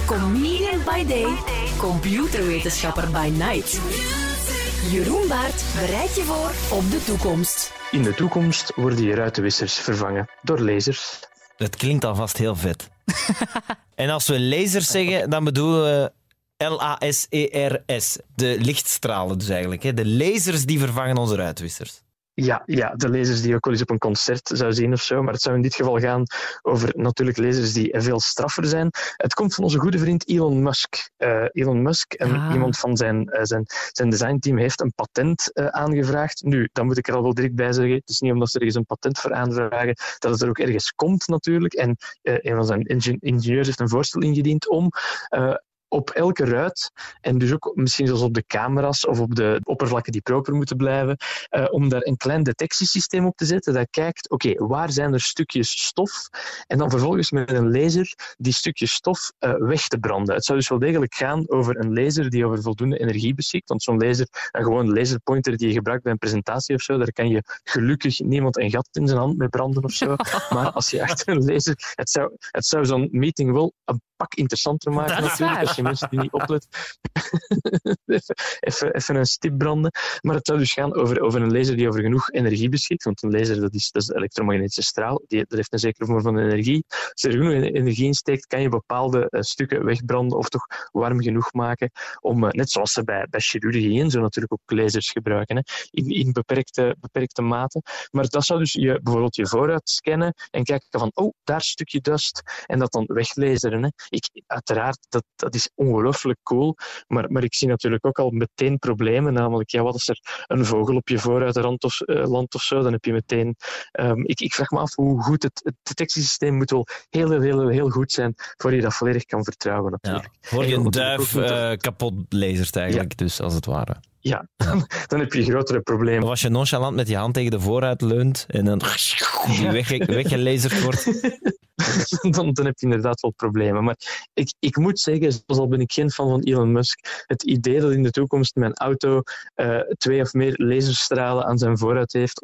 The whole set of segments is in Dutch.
Comedian by day, computerwetenschapper by night. Jeroen Baert bereidt je voor op de toekomst. In de toekomst worden je ruitenwissers vervangen door lasers. Dat klinkt alvast heel vet. En als we lasers zeggen, dan bedoelen we LASERS. De lichtstralen dus eigenlijk. Hè? De lasers die vervangen onze ruitwissers. Ja, de lasers die je ook wel eens op een concert zou zien of zo. Maar het zou in dit geval gaan over natuurlijk lasers die veel straffer zijn. Het komt van onze goede vriend Elon Musk. Elon Musk en iemand van zijn designteam heeft een patent aangevraagd. Nu, dan moet ik er al wel direct bij zeggen. Het is niet omdat ze ergens een patent voor aanvragen dat het er ook ergens komt natuurlijk. En een van zijn ingenieurs heeft een voorstel ingediend om op elke ruit, en dus ook misschien zelfs op de camera's of op de oppervlakken die proper moeten blijven, om daar een klein detectiesysteem op te zetten dat kijkt, oké, waar zijn er stukjes stof? En dan vervolgens met een laser die stukjes stof weg te branden. Het zou dus wel degelijk gaan over een laser die over voldoende energie beschikt, want zo'n laser, een gewone laserpointer die je gebruikt bij een presentatie of zo, daar kan je gelukkig niemand een gat in zijn hand mee branden of zo. Maar als je achter een laser... Het zou zo'n meeting wel een pak interessanter maken natuurlijk, als je mensen die niet opletten. even een stip branden. Maar het zou dus gaan over een laser die over genoeg energie beschikt, want een laser dat is de elektromagnetische straal, dat heeft een zekere vorm van energie. Als je er genoeg energie in steekt, kan je bepaalde stukken wegbranden of toch warm genoeg maken om, net zoals ze bij chirurgie en zo natuurlijk ook lasers gebruiken, hè, in beperkte mate. Maar dat zou dus bijvoorbeeld je vooruit scannen en kijken van, oh, daar stukje dust, en dat dan weglaseren. Hè. Uiteraard, dat is ongelooflijk cool, maar ik zie natuurlijk ook al meteen problemen, namelijk, wat als er een vogel op je vooruit landt of zo, dan heb je meteen... Ik vraag me af hoe goed het detectiesysteem moet wel heel goed zijn voor je dat volledig kan vertrouwen natuurlijk. Ja, voor je een duif kapot lasert eigenlijk, dus als het ware. Ja, dan heb je grotere problemen. Of als je nonchalant met je hand tegen de vooruit leunt en dan die weggelazerd wordt. Dan heb je inderdaad wel problemen. Maar ik moet zeggen, zoals al ben ik geen fan van Elon Musk, het idee dat in de toekomst mijn auto 2 of meer laserstralen aan zijn vooruit heeft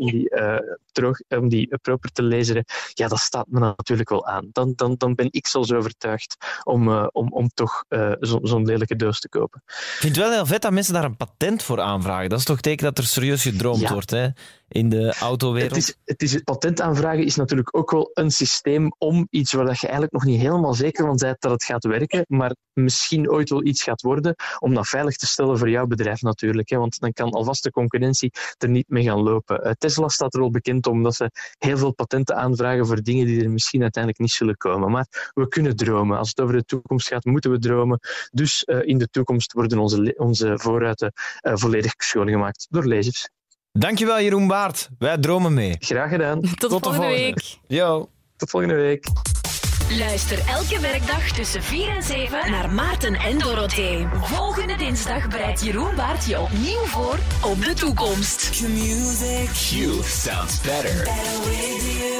om die proper te laseren, ja, dat staat me natuurlijk wel aan. Dan ben ik zelfs overtuigd om toch zo'n lelijke doos te kopen. Ik vind het wel heel vet dat mensen daar een patent voor aanvragen. Dat is toch teken dat er serieus gedroomd wordt, hè? In de autowereld. Het patent aanvragen is natuurlijk ook wel een systeem om iets waar je eigenlijk nog niet helemaal zeker van bent dat het gaat werken, maar misschien ooit wel iets gaat worden, om dat veilig te stellen voor jouw bedrijf natuurlijk. Hè, want dan kan alvast de concurrentie er niet mee gaan lopen. Tesla staat er al bekend omdat ze heel veel patenten aanvragen voor dingen die er misschien uiteindelijk niet zullen komen. Maar we kunnen dromen. Als het over de toekomst gaat, moeten we dromen. Dus in de toekomst worden onze voorruiten volledig schoongemaakt door lasers. Dankjewel, Jeroen Baert. Wij dromen mee. Graag gedaan. Tot volgende week. Yo. Tot volgende week. Luister elke werkdag tussen 4 en 7 naar Maarten en Dorothee. Volgende dinsdag bereidt Jeroen Baert je opnieuw voor op de toekomst. Q sounds better with you.